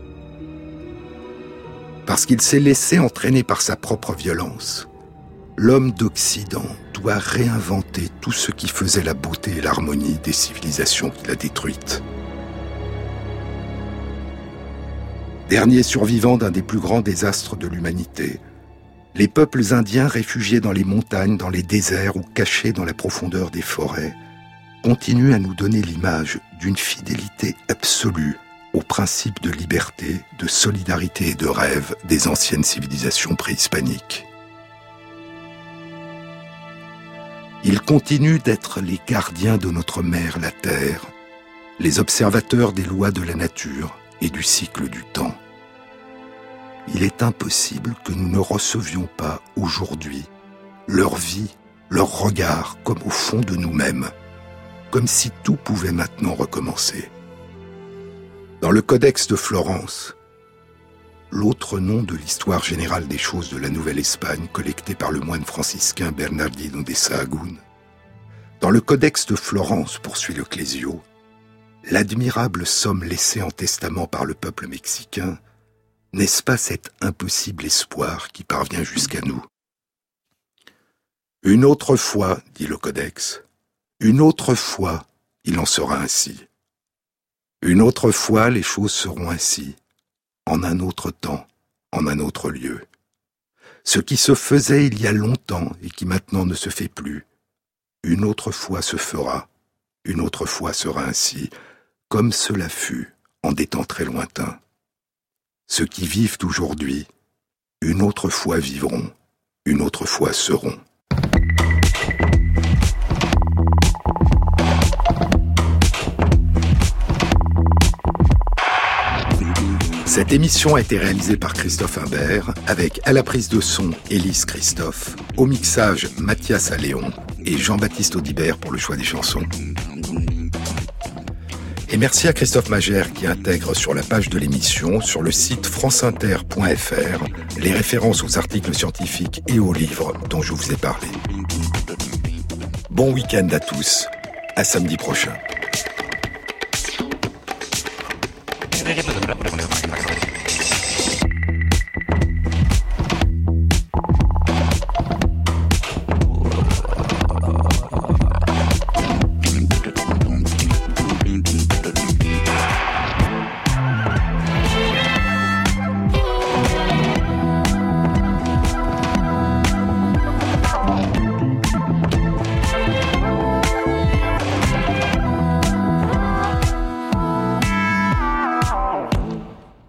Parce qu'il s'est laissé entraîner par sa propre violence, l'homme d'Occident doit réinventer tout ce qui faisait la beauté et l'harmonie des civilisations qu'il a détruites. Dernier survivant d'un des plus grands désastres de l'humanité, les peuples indiens réfugiés dans les montagnes, dans les déserts ou cachés dans la profondeur des forêts continuent à nous donner l'image d'une fidélité absolue aux principes de liberté, de solidarité et de rêve des anciennes civilisations préhispaniques. Ils continuent d'être les gardiens de notre mère, la Terre, les observateurs des lois de la nature et du cycle du temps. Il est impossible que nous ne recevions pas aujourd'hui leur vie, leur regard comme au fond de nous-mêmes, comme si tout pouvait maintenant recommencer. Dans le Codex de Florence, l'autre nom de l'histoire générale des choses de la Nouvelle-Espagne collectée par le moine franciscain Bernardino de Sahagún, dans le Codex de Florence, poursuit Leclésio, l'admirable somme laissée en testament par le peuple mexicain, n'est-ce pas cet impossible espoir qui parvient jusqu'à nous ? Une autre fois, dit le Codex, une autre fois, il en sera ainsi. Une autre fois, les choses seront ainsi, en un autre temps, en un autre lieu. Ce qui se faisait il y a longtemps et qui maintenant ne se fait plus, une autre fois se fera, une autre fois sera ainsi, comme cela fut en des temps très lointains. Ceux qui vivent aujourd'hui, une autre fois vivront, une autre fois seront. Cette émission a été réalisée par Christophe Imbert, avec à la prise de son Élise Christophe, au mixage Mathias Alléon et Jean-Baptiste Audibert pour le choix des chansons. Et merci à Christophe Magère qui intègre sur la page de l'émission, sur le site franceinter.fr, les références aux articles scientifiques et aux livres dont je vous ai parlé. Bon week-end à tous, à samedi prochain.